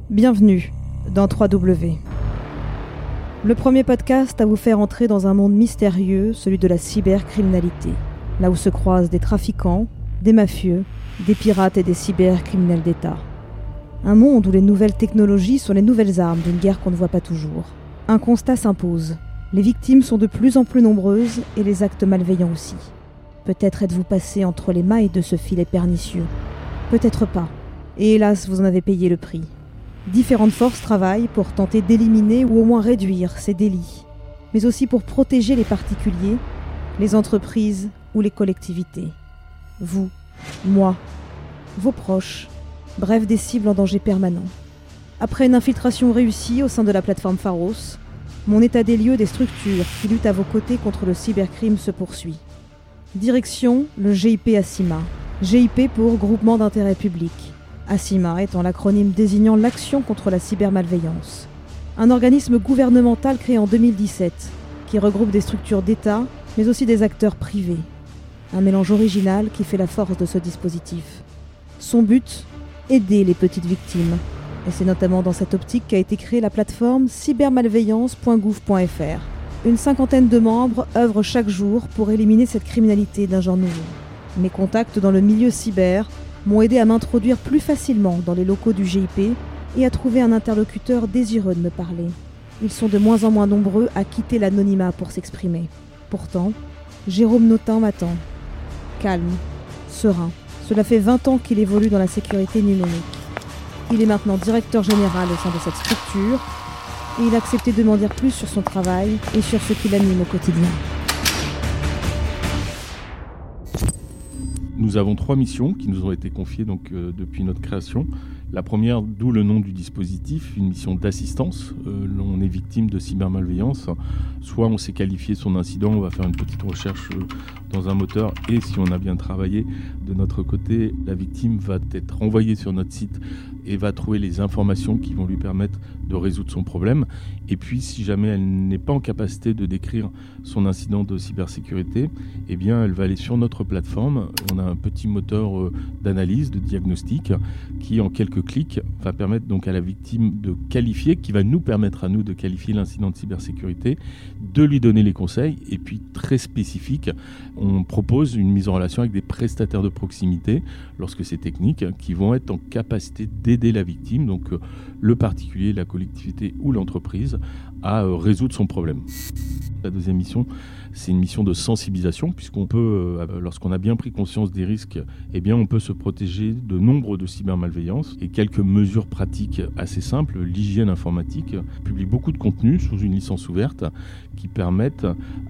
Bienvenue dans 3W. Le premier podcast à vous faire entrer dans un monde mystérieux, celui de la cybercriminalité. Là où se croisent des trafiquants, des mafieux, des pirates et des cybercriminels d'État. Un monde où les nouvelles technologies sont les nouvelles armes d'une guerre qu'on ne voit pas toujours. Un constat s'impose. Les victimes sont de plus en plus nombreuses et les actes malveillants aussi. Peut-être êtes-vous passé entre les mailles de ce filet pernicieux. Peut-être pas. Et hélas, vous en avez payé le prix. Différentes forces travaillent pour tenter d'éliminer ou au moins réduire ces délits, mais aussi pour protéger les particuliers, les entreprises ou les collectivités. Vous, moi, vos proches, bref des cibles en danger permanent. Après une infiltration réussie au sein de la plateforme Pharos, mon état des lieux des structures qui luttent à vos côtés contre le cybercrime se poursuit. Direction le GIP ACIMA. GIP pour Groupement d'intérêt public. ACIMA étant l'acronyme désignant l'action contre la cybermalveillance. Un organisme gouvernemental créé en 2017 qui regroupe des structures d'État mais aussi des acteurs privés. Un mélange original qui fait la force de ce dispositif. Son but, aider les petites victimes. Et c'est notamment dans cette optique qu'a été créée la plateforme cybermalveillance.gouv.fr. Une cinquantaine de membres œuvrent chaque jour pour éliminer cette criminalité d'un genre nouveau. Mes contacts dans le milieu cyber m'ont aidé à m'introduire plus facilement dans les locaux du GIP et à trouver un interlocuteur désireux de me parler. Ils sont de moins en moins nombreux à quitter l'anonymat pour s'exprimer. Pourtant, Jérôme Notin m'attend. Calme, serein. Cela fait 20 ans qu'il évolue dans la sécurité numérique. Il est maintenant directeur général au sein de cette structure et il a accepté de m'en dire plus sur son travail et sur ce qui l'anime au quotidien. Nous avons 3 missions qui nous ont été confiées depuis notre création. La première, d'où le nom du dispositif, une mission d'assistance. On est victime de cybermalveillance. Soit on sait qualifier son incident, on va faire une petite recherche dans un moteur et si on a bien travaillé de notre côté, la victime va être envoyée sur notre site et va trouver les informations qui vont lui permettre de résoudre son problème. Et puis, si jamais elle n'est pas en capacité de décrire son incident de cybersécurité, eh bien, elle va aller sur notre plateforme. On a un petit moteur d'analyse, de diagnostic, qui, en quelques clics, va permettre donc à la victime de qualifier, qui va nous permettre à nous de qualifier l'incident de cybersécurité, de lui donner les conseils. Et puis, très spécifique, on propose une mise en relation avec des prestataires de proximité, lorsque c'est technique, qui vont être en capacité d'aider la victime, donc le particulier, la collectivité ou l'entreprise, à résoudre son problème. La deuxième mission, c'est une mission de sensibilisation, puisqu'on peut, lorsqu'on a bien pris conscience des risques, eh bien, on peut se protéger de nombre de cybermalveillances. Et quelques mesures pratiques assez simples, l'hygiène informatique publie beaucoup de contenu sous une licence ouverte qui permettent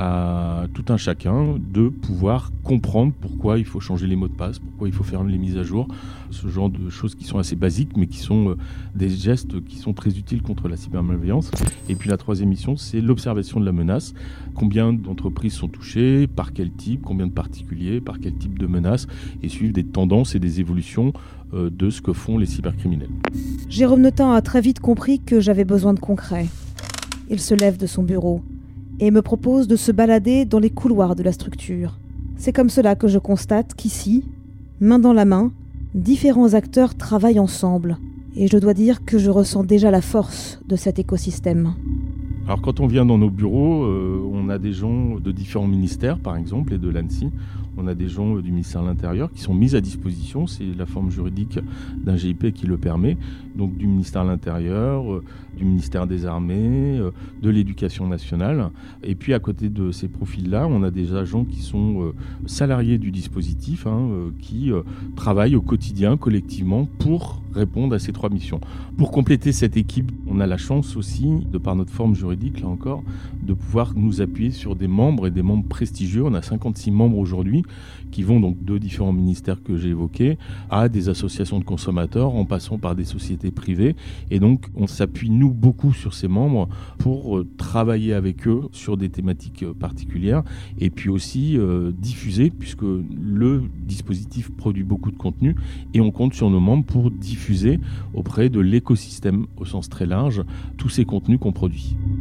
à tout un chacun de pouvoir comprendre pourquoi il faut changer les mots de passe, pourquoi il faut faire les mises à jour, ce genre de choses qui sont assez basiques, mais qui sont des gestes qui sont très utiles contre la cybermalveillance. Et puis la troisième mission, c'est l'observation de la menace. Combien d'entreprises sont touchées, par quel type, combien de particuliers, par quel type de menaces, et suivre des tendances et des évolutions de ce que font les cybercriminels. Jérôme Notin a très vite compris que j'avais besoin de concret. Il se lève de son bureau et me propose de se balader dans les couloirs de la structure. C'est comme cela que je constate qu'ici, main dans la main, différents acteurs travaillent ensemble. Et je dois dire que je ressens déjà la force de cet écosystème. Alors quand on vient dans nos bureaux, on a des gens de différents ministères, par exemple, et de l'ANSSI. On a des gens du ministère de l'Intérieur qui sont mis à disposition. C'est la forme juridique d'un GIP qui le permet. Donc du ministère de l'Intérieur, du ministère des Armées, de l'Éducation nationale. Et puis à côté de ces profils-là, on a des agents qui sont salariés du dispositif, qui travaillent au quotidien, collectivement, pour répondre à ces 3 missions. Pour compléter cette équipe, on a la chance aussi, de par notre forme juridique, là encore, de pouvoir nous appuyer sur des membres et des membres prestigieux. On a 56 membres aujourd'hui qui vont donc de différents ministères que j'ai évoqués à des associations de consommateurs en passant par des sociétés privées. Et donc, on s'appuie, nous, beaucoup sur ces membres pour travailler avec eux sur des thématiques particulières et puis aussi diffuser, puisque le dispositif produit beaucoup de contenu et on compte sur nos membres pour diffuser auprès de l'écosystème au sens très large tous ces contenus qu'on produit.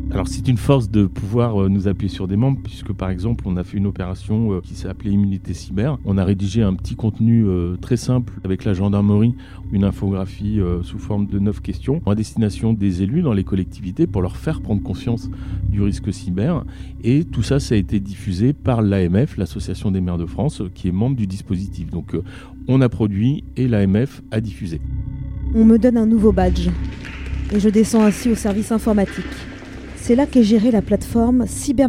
Alors c'est une force de pouvoir nous appuyer sur des membres, puisque par exemple on a fait une opération qui s'est appelée Immunité Cyber. On a rédigé un petit contenu très simple avec la gendarmerie, une infographie sous forme de 9 questions à destination des élus dans les collectivités pour leur faire prendre conscience du risque cyber. Et tout ça, ça a été diffusé par l'AMF, l'Association des maires de France, qui est membre du dispositif. Donc on a produit et l'AMF a diffusé. On me donne un nouveau badge et je descends ainsi au service informatique. C'est là qu'est gérée la plateforme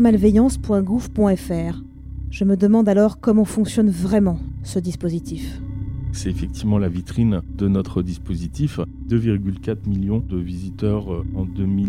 cybermalveillance.gouv.fr. Je me demande alors comment fonctionne vraiment ce dispositif. C'est effectivement la vitrine de notre dispositif. 2,4 millions de visiteurs en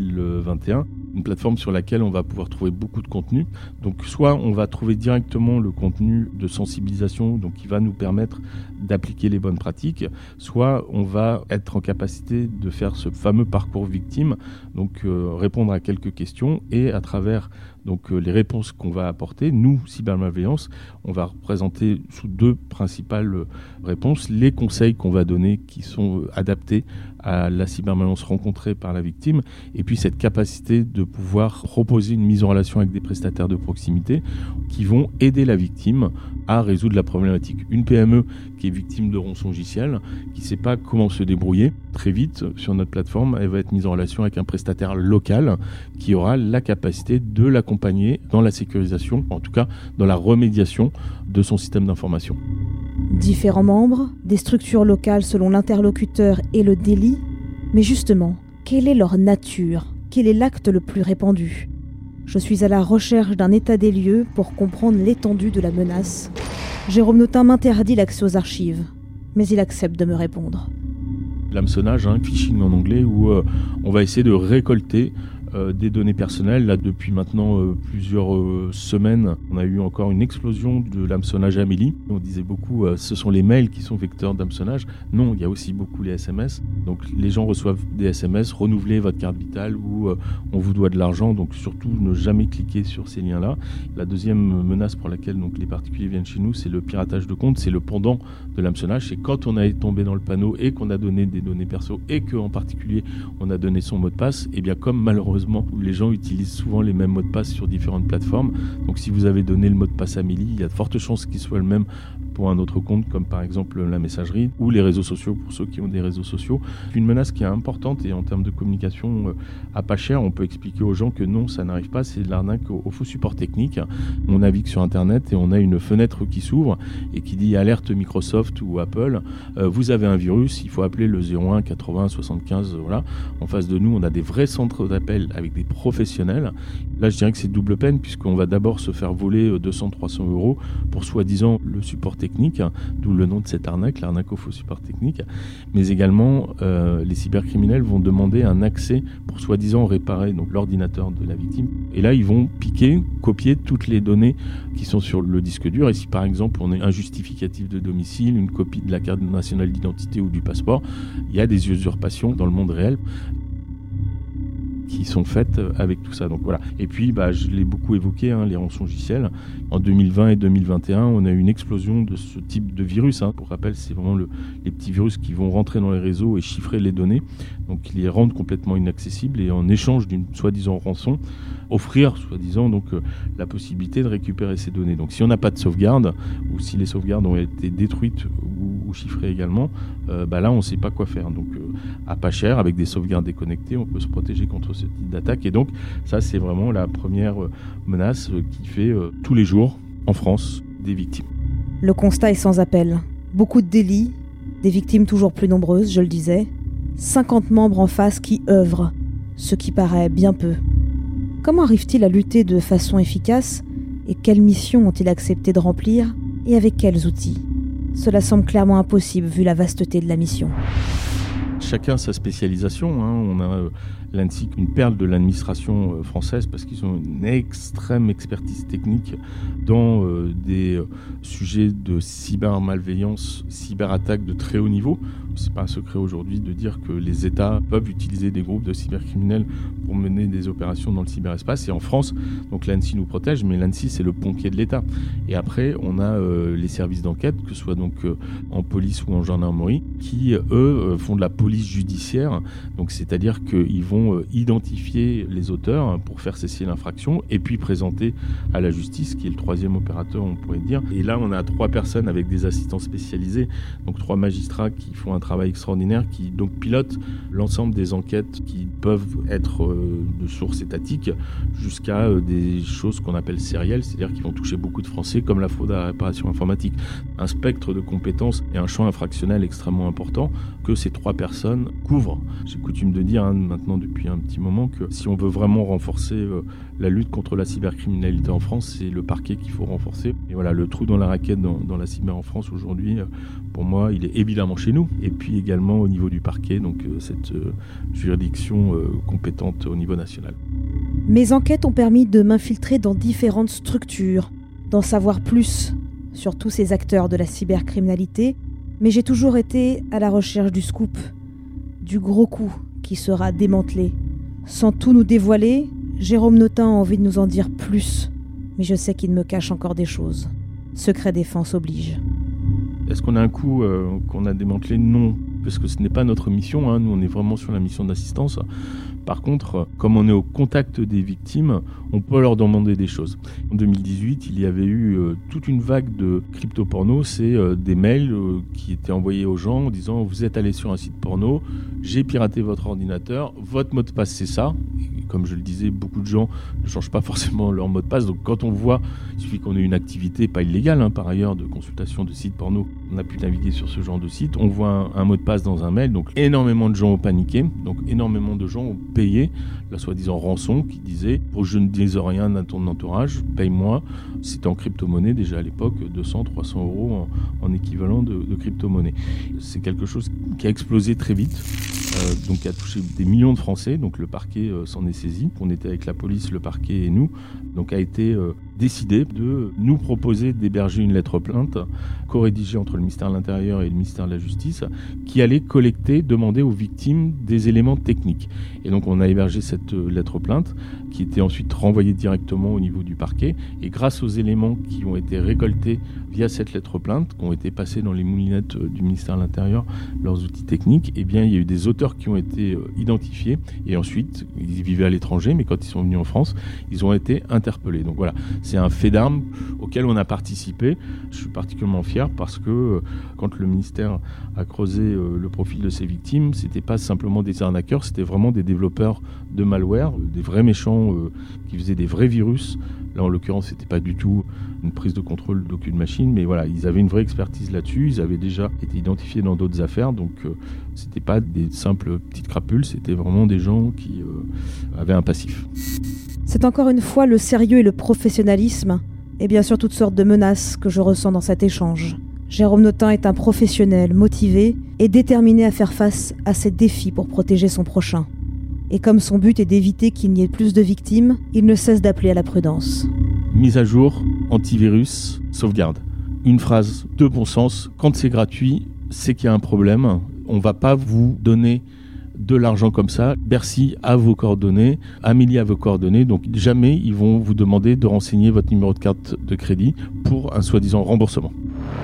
2021. Une plateforme sur laquelle on va pouvoir trouver beaucoup de contenu. Donc soit on va trouver directement le contenu de sensibilisation, donc qui va nous permettre d'appliquer les bonnes pratiques, soit on va être en capacité de faire ce fameux parcours victime, donc répondre à quelques questions et à travers les réponses qu'on va apporter, nous, cybermalveillance, on va représenter sous 2 principales réponses les conseils qu'on va donner qui sont adaptés à la cybermalveillance rencontrée par la victime, et puis cette capacité de pouvoir proposer une mise en relation avec des prestataires de proximité qui vont aider la victime à résoudre la problématique. Une PME qui est victime de rançongiciel, qui ne sait pas comment se débrouiller, très vite sur notre plateforme, elle va être mise en relation avec un prestataire local qui aura la capacité de l'accompagner dans la sécurisation, en tout cas dans la remédiation de son système d'information. Différents membres, des structures locales selon l'interlocuteur et le délit. Mais justement, quelle est leur nature ? Quel est l'acte le plus répandu ? Je suis à la recherche d'un état des lieux pour comprendre l'étendue de la menace. Jérôme Notin m'interdit l'accès aux archives, mais il accepte de me répondre. L'hameçonnage, phishing en anglais, où on va essayer de récolter des données personnelles. Là, depuis maintenant plusieurs semaines, on a eu encore une explosion de l'hameçonnage Amélie. On disait beaucoup, ce sont les mails qui sont vecteurs d'hameçonnage. Non, il y a aussi beaucoup les SMS. Donc les gens reçoivent des SMS, renouvelez votre carte vitale ou on vous doit de l'argent. Donc surtout, ne jamais cliquer sur ces liens-là. La deuxième menace pour laquelle les particuliers viennent chez nous, c'est le piratage de compte. C'est le pendant de l'hameçonnage. C'est quand on est tombé dans le panneau et qu'on a donné des données perso et qu'en particulier, on a donné son mot de passe. Et bien comme malheureusement, les gens utilisent souvent les mêmes mots de passe sur différentes plateformes. Donc si vous avez donné le mot de passe Amélie, il y a de fortes chances qu'il soit le même pour un autre compte, comme par exemple la messagerie ou les réseaux sociaux pour ceux qui ont des réseaux sociaux. Une menace qui est importante et en termes de communication à pas cher, on peut expliquer aux gens que non, ça n'arrive pas, c'est de l'arnaque au faux support technique. On navigue sur Internet et on a une fenêtre qui s'ouvre et qui dit alerte Microsoft ou Apple, vous avez un virus, il faut appeler le 01 80 75, voilà. En face de nous, on a des vrais centres d'appel avec des professionnels. Là, je dirais que c'est double peine puisqu'on va d'abord se faire voler 200-300 € pour soi-disant le support technique, d'où le nom de cette arnaque, l'arnaque au faux support technique. Mais également, les cybercriminels vont demander un accès pour soi-disant réparer l'ordinateur de la victime. Et là, ils vont piquer, copier toutes les données qui sont sur le disque dur. Et si par exemple, on a un justificatif de domicile, une copie de la carte nationale d'identité ou du passeport, il y a des usurpations dans le monde réel qui sont faites avec tout ça. Donc voilà. Et puis, je l'ai beaucoup évoqué, les rançongiciels. En 2020 et 2021, on a eu une explosion de ce type de virus. Pour rappel, c'est vraiment les petits virus qui vont rentrer dans les réseaux et chiffrer les données. Donc, ils les rendent complètement inaccessibles et en échange d'une soi-disant rançon, offrir soi-disant la possibilité de récupérer ces données. Donc, si on n'a pas de sauvegarde ou si les sauvegardes ont été détruites ou chiffrées également, là, on ne sait pas quoi faire. Donc, à pas cher, avec des sauvegardes déconnectées, on peut se protéger contre ce type d'attaque. Et donc, ça, c'est vraiment la première menace qui fait tous les jours, en France, des victimes. Le constat est sans appel. Beaucoup de délits, des victimes toujours plus nombreuses, je le disais. 50 membres en face qui œuvrent, ce qui paraît bien peu. Comment arrivent-ils à lutter de façon efficace et quelles missions ont-ils accepté de remplir et avec quels outils ? Cela semble clairement impossible vu la vasteté de la mission. Chacun sa spécialisation. On a l'ANSSI, une perle de l'administration française parce qu'ils ont une extrême expertise technique dans des sujets de cybermalveillance, cyberattaque de très haut niveau. C'est pas un secret aujourd'hui de dire que les États peuvent utiliser des groupes de cybercriminels pour mener des opérations dans le cyberespace. Et en France, donc l'ANSSI nous protège, mais l'ANSSI c'est le pompier de l'État. Et après, on a les services d'enquête, que ce soit en police ou en gendarmerie, qui eux font de la police police judiciaire. Donc c'est-à-dire qu'ils vont identifier les auteurs pour faire cesser l'infraction et puis présenter à la justice, qui est le troisième opérateur, on pourrait dire. Et là, on a 3 personnes avec des assistants spécialisés, donc 3 magistrats qui font un travail extraordinaire, qui donc pilotent l'ensemble des enquêtes qui peuvent être de source étatique jusqu'à des choses qu'on appelle sérielles, c'est-à-dire qui vont toucher beaucoup de Français, comme la fraude à la réparation informatique. Un spectre de compétences et un champ infractionnel extrêmement important que ces 3 personnes couvrent. J'ai coutume de dire maintenant depuis un petit moment que si on veut vraiment renforcer la lutte contre la cybercriminalité en France, c'est le parquet qu'il faut renforcer. Et voilà, le trou dans la raquette dans la cyber en France aujourd'hui, pour moi, il est évidemment chez nous. Et puis également au niveau du parquet, donc cette juridiction compétente au niveau national. Mes enquêtes ont permis de m'infiltrer dans différentes structures, d'en savoir plus sur tous ces acteurs de la cybercriminalité, mais j'ai toujours été à la recherche du scoop, du gros coup qui sera démantelé. Sans tout nous dévoiler, Jérôme Notin a envie de nous en dire plus, mais je sais qu'il me cache encore des choses. Secret défense oblige. Est-ce qu'on a un coup qu'on a démantelé ? Non, parce que ce n'est pas notre mission. Nous, on est vraiment sur la mission d'assistance. Par contre, comme on est au contact des victimes, on peut leur demander des choses. En 2018, il y avait eu toute une vague de crypto-porno. C'est des mails qui étaient envoyés aux gens en disant « Vous êtes allé sur un site porno, j'ai piraté votre ordinateur, votre mot de passe c'est ça ». Comme je le disais, beaucoup de gens ne changent pas forcément leur mot de passe. Donc quand on voit, il suffit qu'on ait une activité pas illégale par ailleurs de consultation de sites porno, on a pu naviguer sur ce genre de site, on voit un mot de passe dans un mail, donc énormément de gens ont paniqué, donc énormément de gens ont payé la soi-disant rançon qui disait « pour que je ne dise rien à ton entourage, paye-moi ». C'était en crypto-monnaie déjà à l'époque, 200, 300 euros en équivalent de crypto-monnaie. C'est quelque chose qui a explosé très vite. Donc qui a touché des millions de Français, donc le parquet s'en est saisi. On était avec la police, le parquet et nous, donc a été décidé de nous proposer d'héberger une lettre plainte co-rédigée entre le ministère de l'Intérieur et le ministère de la Justice, qui allait collecter, demander aux victimes des éléments techniques. Et donc on a hébergé cette lettre plainte, qui était ensuite renvoyée directement au niveau du parquet, et grâce aux éléments qui ont été récoltés via cette lettre plainte, qui ont été passés dans les moulinettes du ministère de l'Intérieur, leurs outils techniques, eh bien il y a eu des auteurs qui ont été identifiés, et ensuite ils vivaient à l'étranger, mais quand ils sont venus en France, ils ont été interpellés. Donc voilà, c'est un fait d'armes auquel on a participé. Je suis particulièrement fier parce que quand le ministère a creusé le profil de ces victimes, c'était pas simplement des arnaqueurs, c'était vraiment des développeurs de malware, des vrais méchants qui faisaient des vrais virus. Là, en l'occurrence, c'était pas du tout une prise de contrôle d'aucune machine, mais voilà, ils avaient une vraie expertise là-dessus. Ils avaient déjà été identifiés dans d'autres affaires, donc c'était pas des simples petites crapules, c'était vraiment des gens qui avaient un passif. C'est encore une fois le sérieux et le professionnalisme, et bien sûr toutes sortes de menaces que je ressens dans cet échange. Jérôme Notin est un professionnel motivé et déterminé à faire face à ces défis pour protéger son prochain. Et comme son but est d'éviter qu'il n'y ait plus de victimes, il ne cesse d'appeler à la prudence. Mise à jour, antivirus, sauvegarde. Une phrase de bon sens, quand c'est gratuit, c'est qu'il y a un problème. On ne va pas vous donner de l'argent comme ça. Bercy a vos coordonnées, Amélie a vos coordonnées, donc jamais ils vont vous demander de renseigner votre numéro de carte de crédit pour un soi-disant remboursement.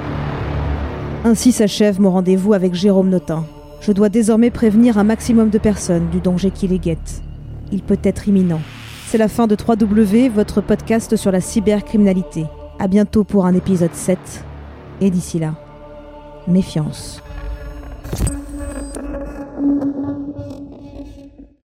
Ainsi s'achève mon rendez-vous avec Jérôme Notin. Je dois désormais prévenir un maximum de personnes du danger qui les guette. Il peut être imminent. C'est la fin de 3W, votre podcast sur la cybercriminalité. À bientôt pour un épisode 7. Et d'ici là, méfiance.